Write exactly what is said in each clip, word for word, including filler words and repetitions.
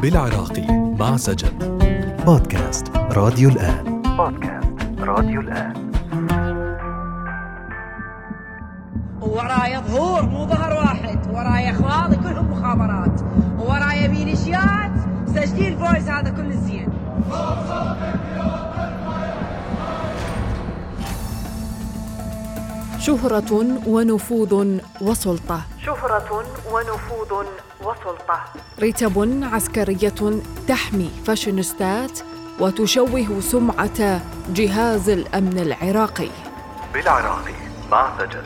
بالعراقي مع سجن. بودكاست راديو الآن. بودكاست راديو الآن. ورايا ظهور مو ظهر واحد، ورايا اخواني كلهم مخابرات، ورايا ميليشيات سجلين فويس، هذا كل الزين. شهرة ونفوذ وسلطة. شهرة ونفوذ وسلطة. رتب عسكرية تحمي فاشينيستات وتشوه سمعة جهاز الأمن العراقي. بالعراقي مع سجن.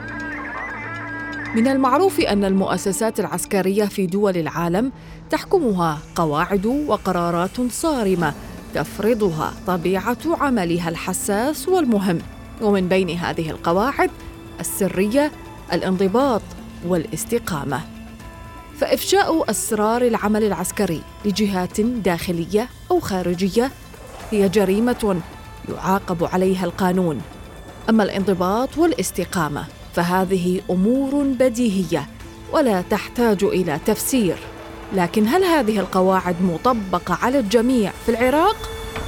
من المعروف أن المؤسسات العسكرية في دول العالم تحكمها قواعد وقرارات صارمة تفرضها طبيعة عملها الحساس والمهم، ومن بين هذه القواعد السرية، الانضباط والاستقامة. فإفشاء أسرار العمل العسكري لجهات داخلية أو خارجية هي جريمة يعاقب عليها القانون. أما الانضباط والاستقامة فهذه أمور بديهية ولا تحتاج إلى تفسير. لكن هل هذه القواعد مطبقة على الجميع في العراق؟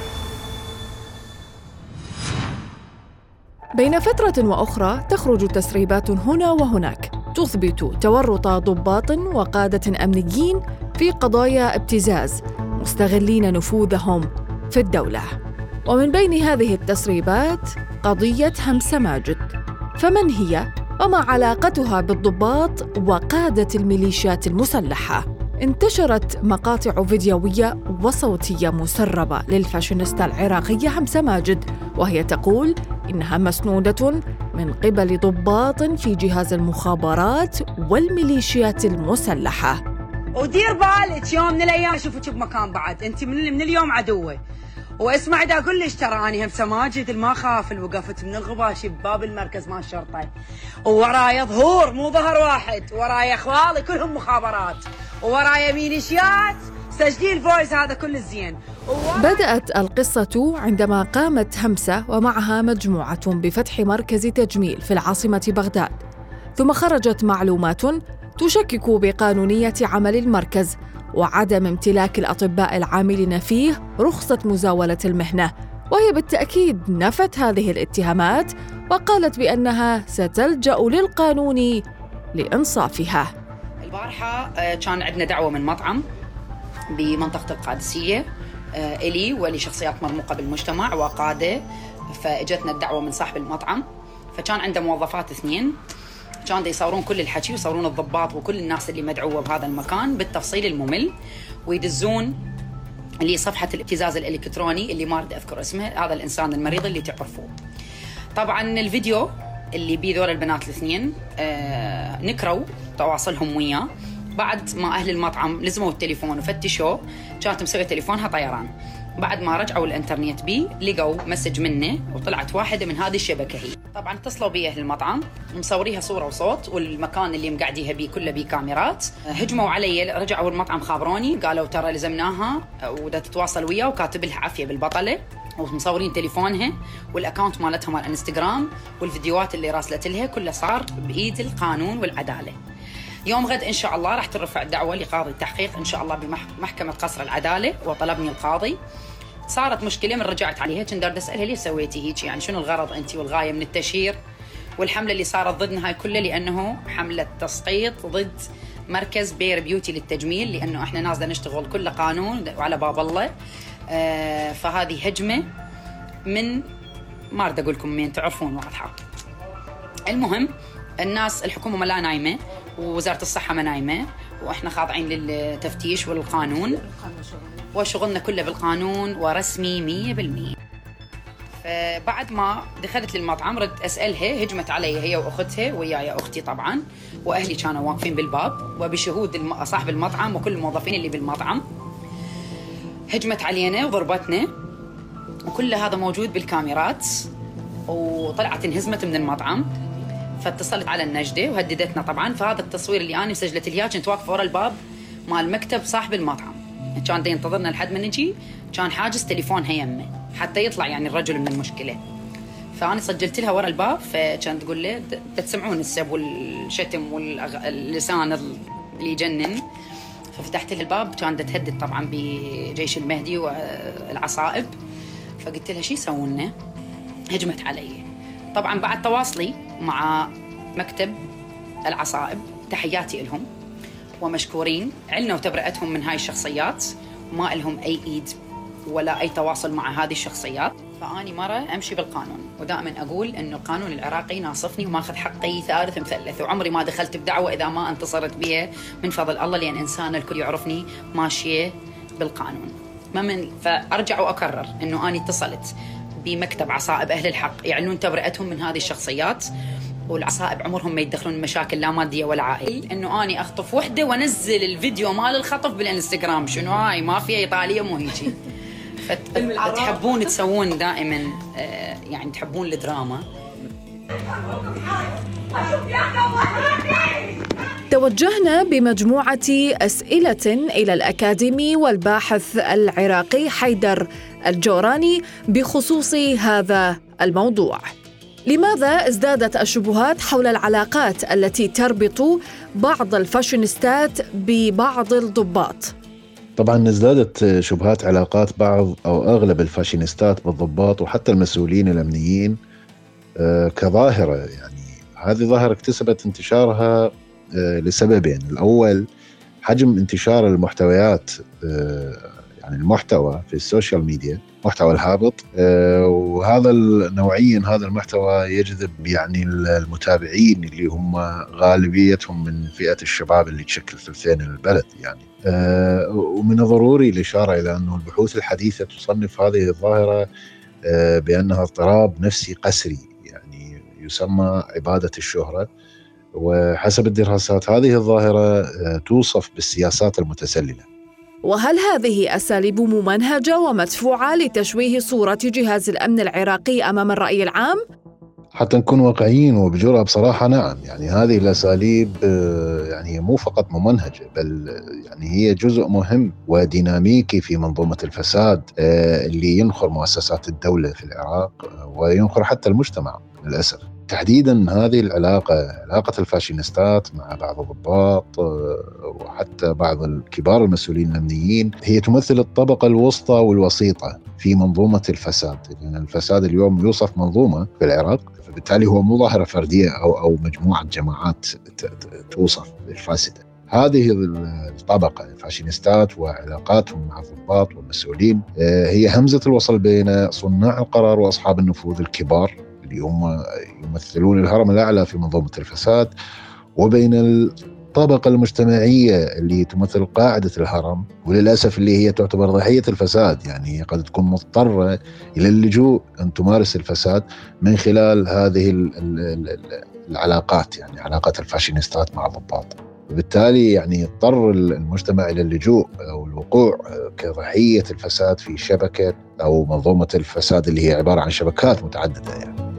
بين فترة وأخرى تخرج تسريبات هنا وهناك تثبت تورط ضباط وقادة أمنيين في قضايا ابتزاز مستغلين نفوذهم في الدولة. ومن بين هذه التسريبات قضية همسة ماجد. فمن هي وما علاقتها بالضباط وقادة الميليشيات المسلحة؟ انتشرت مقاطع فيديوية وصوتية مسربة للفاشينيستا العراقية همسة ماجد، وهي تقول إنها مسنودة من قبل ضباط في جهاز المخابرات والميليشيات المسلحة. ودير بالك يوم من الأيام أشوفك بمكان بعد، أنت من, من اليوم عدوة. واسمع دا أقول لك ترى أنا همسة ماجد الما خاف، اللي وقفت من الغباشي بباب المركز مال الشرطة، وورايا ظهور مو ظهر واحد، ورايا اخوالي كلهم مخابرات، ورايا ميليشيات سجلين فويس، هذا كل الزين. بدأت القصة عندما قامت همسة ومعها مجموعة بفتح مركز تجميل في العاصمة بغداد، ثم خرجت معلومات تشكك بقانونية عمل المركز وعدم امتلاك الأطباء العاملين فيه رخصة مزاولة المهنة، وهي بالتأكيد نفت هذه الاتهامات وقالت بأنها ستلجأ للقانون لإنصافها. البارحة كان عندنا دعوة من مطعم بمنطقة القادسية إلي ولشخصيات مرموقة بالمجتمع وقادة، فإجتنا الدعوة من صاحب المطعم، فكان عنده موظفات اثنين كانوا يصورون كل الحكي ويصورون الضباط وكل الناس اللي مدعوة بهذا المكان بالتفصيل الممل، ويدزون اللي صفحة الابتزاز الإلكتروني اللي ما أريد أذكر اسمه، هذا الإنسان المريض اللي تعرفوه. طبعاً الفيديو اللي بيه ذول البنات الاثنين آه نكروا تواصلهم وياه بعد ما أهل المطعم لزموا التليفون وفتشوه، كانت مسوية تليفونها طيران. بعد ما رجعوا الانترنت بي لقوا مسج منه وطلعت واحدة من هذه الشبكة هي. طبعا اتصلوا بي أهل المطعم مصوريها صورة وصوت، والمكان اللي مقعديها بيه كله بيه كاميرات. هجموا علي، رجعوا المطعم خابروني قالوا ترى لزمناها ودا تتواصل وياه وكاتب لها عافية بالبطلة، ومصورين تليفونها والاكونت مالتها مال انستغرام والفيديوهات اللي راسلت لها كله صار بإيد القانون والعدالة. يوم غد إن شاء الله راح ترفع الدعوة لقاضي التحقيق إن شاء الله بمحكمة قصر العدالة، وطلبني القاضي. صارت مشكلة من رجعت عليها، كنت دارد أسألها ليه سويتي هيك، يعني شنو الغرض أنت والغاية من التشهير والحملة اللي صارت ضدنا هاي كلها، لأنه حملة تسقيط ضد مركز بير بيوتي للتجميل، لأنه إحنا ناس دا نشتغل كل قانون وعلى باب الله. آه فهذه هجمة من ما أريد أقول لكم مين، تعرفون واضحة. المهم الناس الحكومة ما لا نايمة ووزارة الصحة ما نايمة، وإحنا خاضعين للتفتيش والقانون وشغلنا كله بالقانون ورسمي مية بالمية. فبعد ما دخلت للمطعم ردت أسألها، هجمت علي هي وأختها وياي أختي طبعا، وأهلي كانوا واقفين بالباب وبشهود صاحب المطعم وكل الموظفين اللي بالمطعم. هجمت علينا وضربتنا وكل هذا موجود بالكاميرات، وطلعت انهزمت من المطعم. فاتصلت على النجدة وهددتنا طبعا. فهذا التصوير اللي أنا سجلت الياه كنت واقفة ورا الباب مال مكتب صاحب المطعم، كان دا ينتظرنا لحد ما نجي، كان حاجز تليفونها يمه حتى يطلع يعني الرجل من المشكلة. فأنا سجلت لها ورا الباب، فكانت تقول له تسمعون السب والشتم واللسان اللي يجنن. فتحت لها الباب، كانت تهدد طبعا بجيش المهدي والعصائب. فقلت لها شو يسوون لنا؟ هجمت علي. طبعا بعد تواصلي مع مكتب العصائب، تحياتي لهم ومشكورين، علنوا تبرئتهم من هاي الشخصيات، ما لهم أي إيد ولا أي تواصل مع هذه الشخصيات. فأني مرة أمشي بالقانون، ودائما أقول إنه القانون العراقي ناصفني وماخذ حقي ثالث مثلث، وعمري ما دخلت بدعوة إذا ما انتصرت بها من فضل الله، لأن إنسان الكل يعرفني ماشية بالقانون. ما من فأرجع وأكرر إنه أنا اتصلت بمكتب عصائب أهل الحق يعلنون تبرئتهم من هذه الشخصيات، والعصائب عمرهم ما يدخلون مشاكل لا مادية ولا عائلية. إنه أني أخطف وحدة وأنزل الفيديو مال الخطف بالإنستغرام، شنو هاي مافيا إيطالية مو هيجي. فتحبون تسوون دائما يعني تحبون الدراما. توجهنا بمجموعة أسئلة إلى الأكاديمي والباحث العراقي حيدر الجوراني بخصوص هذا الموضوع. لماذا ازدادت الشبهات حول العلاقات التي تربط بعض الفاشينيستات ببعض الضباط؟ طبعاً ازدادت شبهات علاقات بعض أو أغلب الفاشينيستات بالضباط وحتى المسؤولين الأمنيين كظاهرة. يعني هذه ظاهرة اكتسبت انتشارها لسببين. الأول حجم انتشار المحتويات، يعني المحتوى في السوشيال ميديا، محتوى الهابط، وهذا النوعيا هذا المحتوى يجذب يعني المتابعين اللي هم غالبيتهم من فئة الشباب اللي تشكل ثلثين البلد. يعني ومن الضروري الإشارة إلى أنه البحوث الحديثة تصنف هذه الظاهرة بأنها اضطراب نفسي قسري، يعني يسمى عبادة الشهرة. وحسب الدراسات هذه الظاهرة توصف بالسياسات المتسللة. وهل هذه أساليب ممنهجة ومدفوعة لتشويه صورة جهاز الأمن العراقي أمام الرأي العام؟ حتى نكون واقعيين وبجرأة بصراحة نعم. يعني هذه الأساليب يعني مو فقط ممنهجة، بل يعني هي جزء مهم وديناميكي في منظومة الفساد اللي ينخر مؤسسات الدولة في العراق وينخر حتى المجتمع للأسف. تحديدا هذه العلاقة، علاقة الفاشينيستات مع بعض الضباط وحتى بعض الكبار المسؤولين الأمنيين، هي تمثل الطبقة الوسطى والوسيطة في منظومة الفساد. لأن يعني الفساد اليوم يوصف منظومة في العراق، فبالتالي هو مو ظاهرة فردية أو أو مجموعة جماعات توصف الفاسدة. هذه الطبقة الفاشينيستات وعلاقاتهم مع الضباط والمسؤولين هي همزة الوصل بين صناع القرار وأصحاب النفوذ الكبار اللي هم يمثلون الهرم الأعلى في منظومة الفساد، وبين الطبقة المجتمعية اللي تمثل قاعدة الهرم، وللأسف اللي هي تعتبر ضحية الفساد. يعني قد تكون مضطرة إلى اللجوء أن تمارس الفساد من خلال هذه العلاقات، يعني علاقات الفاشينيستات مع الضباط. وبالتالي يعني اضطر المجتمع إلى اللجوء أو الوقوع كضحية الفساد في شبكة أو منظومة الفساد اللي هي عبارة عن شبكات متعددة. يعني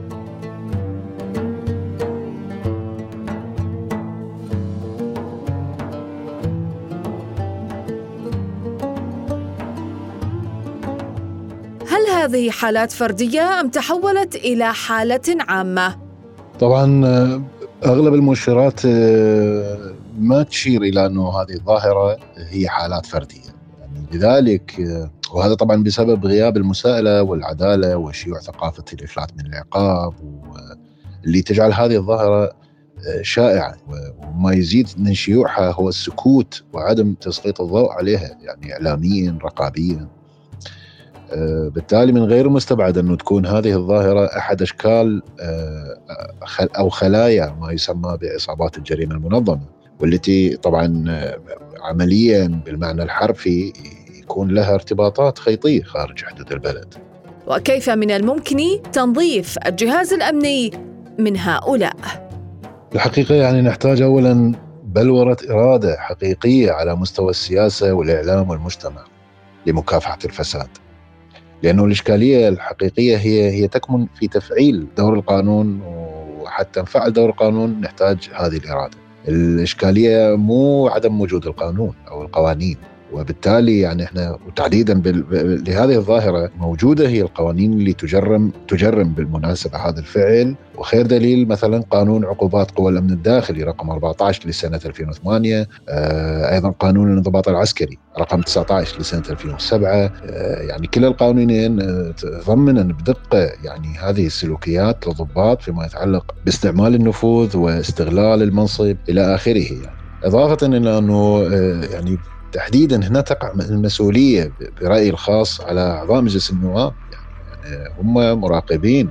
هل هذه حالات فردية أم تحولت إلى حالة عامة؟ طبعاً أغلب المؤشرات ما تشير إلى أنه هذه الظاهرة هي حالات فردية. يعني لذلك، وهذا طبعاً بسبب غياب المساءلة والعدالة وشيوع ثقافة الإفلات من العقاب، واللي تجعل هذه الظاهرة شائعة. وما يزيد من شيوعها هو السكوت وعدم تسليط الضوء عليها، يعني إعلامياً رقابياً. بالتالي من غير مستبعد أنه تكون هذه الظاهرة أحد أشكال أو خلايا ما يسمى بعصابات الجريمة المنظمة، والتي طبعا عمليا بالمعنى الحرفي يكون لها ارتباطات خيطية خارج حدود البلد. وكيف من الممكن تنظيف الجهاز الأمني من هؤلاء؟ الحقيقة يعني نحتاج أولا بلورة إرادة حقيقية على مستوى السياسة والإعلام والمجتمع لمكافحة الفساد. لأنه الإشكالية الحقيقية هي هي تكمن في تفعيل دور القانون، وحتى نفعل دور القانون نحتاج هذه الإرادة. الإشكالية مو عدم وجود القانون أو القوانين، وبالتالي يعني احنا وتحديدا لهذه الظاهرة موجودة هي القوانين اللي تجرم تجرم بالمناسبة هذا الفعل، وخير دليل مثلا قانون عقوبات قوى الأمن الداخلي رقم أربعة عشر لسنة ألفين وثمانية، آه أيضا قانون الانضباط العسكري رقم تسعة عشر لسنة ألفين وسبعة. آه يعني كلا القانونين آه تضمن بدقة يعني هذه السلوكيات للضباط فيما يتعلق باستعمال النفوذ واستغلال المنصب إلى آخره. يعني إضافة إلى أنه آه يعني تحديدا هنا تقع المسؤولية برأيي الخاص على أعضاء مجلس النواب، يعني هم مراقبين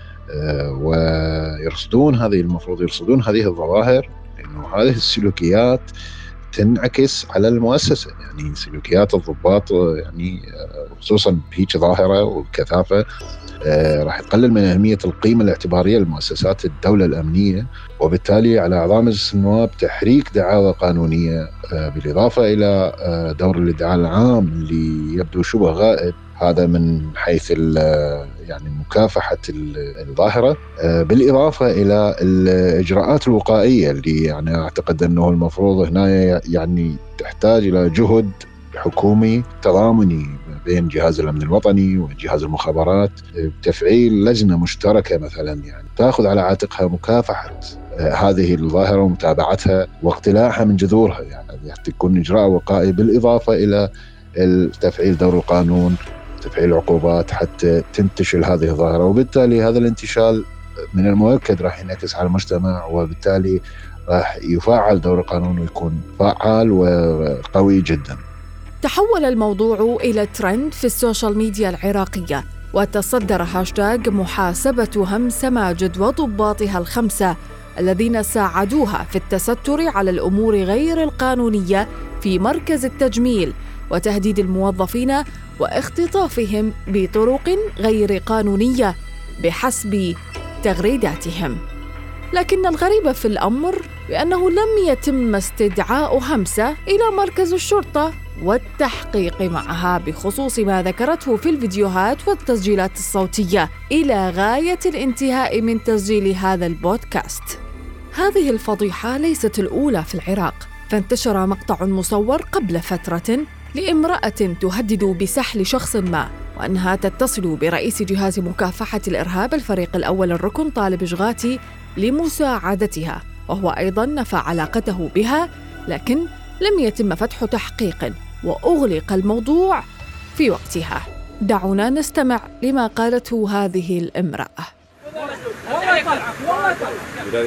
ويرصدون هذه المفروض يرصدون هذه الظواهر، لأنه هذه السلوكيات تنعكس على المؤسسة. يعني سلوكيات الضباط يعني خصوصا بهيك ظاهرة وبكثافة راح تقلل من أهمية القيمة الاعتبارية لمؤسسات الدولة الأمنية، وبالتالي على أعضاء مجلس النواب تحريك دعاوى قانونية، بالإضافة إلى دور الادعاء العام اللي يبدو شبه غائب، هذا من حيث يعني مكافحة الظاهرة، بالإضافة إلى الإجراءات الوقائية اللي يعني أعتقد أنه المفروض هنا يعني تحتاج إلى جهد حكومي تضامني بين جهاز الأمن الوطني وجهاز المخابرات بتفعيل لجنة مشتركة مثلا يعني تأخذ على عاتقها مكافحة هذه الظاهرة ومتابعتها واقتلاعها من جذورها، يعني تكون إجراء وقائي بالإضافة إلى تفعيل دور القانون، تفعيل عقوبات حتى تنتشل هذه الظاهرة. وبالتالي هذا الانتشال من المؤكد راح ينعكس على المجتمع، وبالتالي راح يفعل دور القانون ويكون فعال وقوي جدا. تحول الموضوع إلى ترند في السوشيال ميديا العراقية، وتصدر هاشتاغ محاسبة همسة ماجد وضباطها الخمسة الذين ساعدوها في التستر على الأمور غير القانونية في مركز التجميل وتهديد الموظفين واختطافهم بطرق غير قانونية بحسب تغريداتهم. لكن الغريب في الأمر بأنه لم يتم استدعاء همسة إلى مركز الشرطة والتحقيق معها بخصوص ما ذكرته في الفيديوهات والتسجيلات الصوتية إلى غاية الانتهاء من تسجيل هذا البودكاست. هذه الفضيحة ليست الأولى في العراق، فانتشر مقطع مصور قبل فترة لامرأة تهدد بسحل شخص ما وأنها تتصل برئيس جهاز مكافحة الإرهاب الفريق الأول الركن طالب جغاتي لمساعدتها، وهو أيضاً نفى علاقته بها، لكن لم يتم فتح تحقيق وأغلق الموضوع في وقتها. دعونا نستمع لما قالته هذه الامرأة. والله طلع والله طلع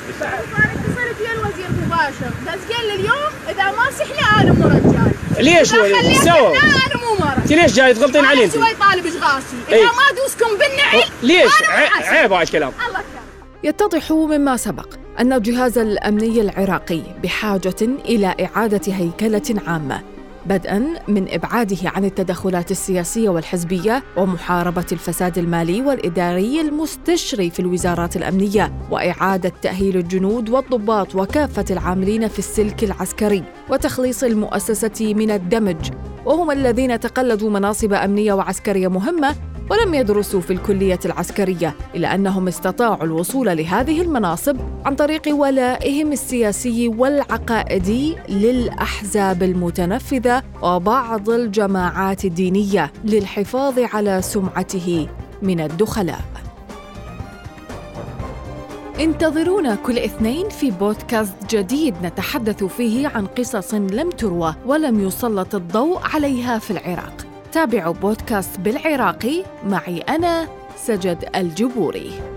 اتصلت ويا الوزير مباشر بس قال لي اليوم اذا ما سحلي انا مو رجال. ليش هو سوى؟ انا مو مرة. انت ليش جاي تغلطين علي انت؟ شوي طالب شغاسي اذا ما ادوسكم بالنعل ليش؟ عيب هذا الكلام. الله كان. يتضح مما سبق أن الجهاز الأمني العراقي بحاجة إلى إعادة هيكلة عامة، بدءاً من إبعاده عن التدخلات السياسية والحزبية ومحاربة الفساد المالي والإداري المستشري في الوزارات الأمنية، وإعادة تأهيل الجنود والضباط وكافة العاملين في السلك العسكري، وتخليص المؤسسة من الدمج، وهم الذين تقلدوا مناصب أمنية وعسكرية مهمة ولم يدرسوا في الكلية العسكرية، إلا أنهم استطاعوا الوصول لهذه المناصب عن طريق ولائهم السياسي والعقائدي للأحزاب المتنفذة وبعض الجماعات الدينية للحفاظ على سمعته من الدخلاء. انتظرونا كل اثنين في بودكاست جديد نتحدث فيه عن قصص لم تروى ولم يسلط الضوء عليها في العراق. تابعوا بودكاست بالعراقي معي أنا سجد الجبوري.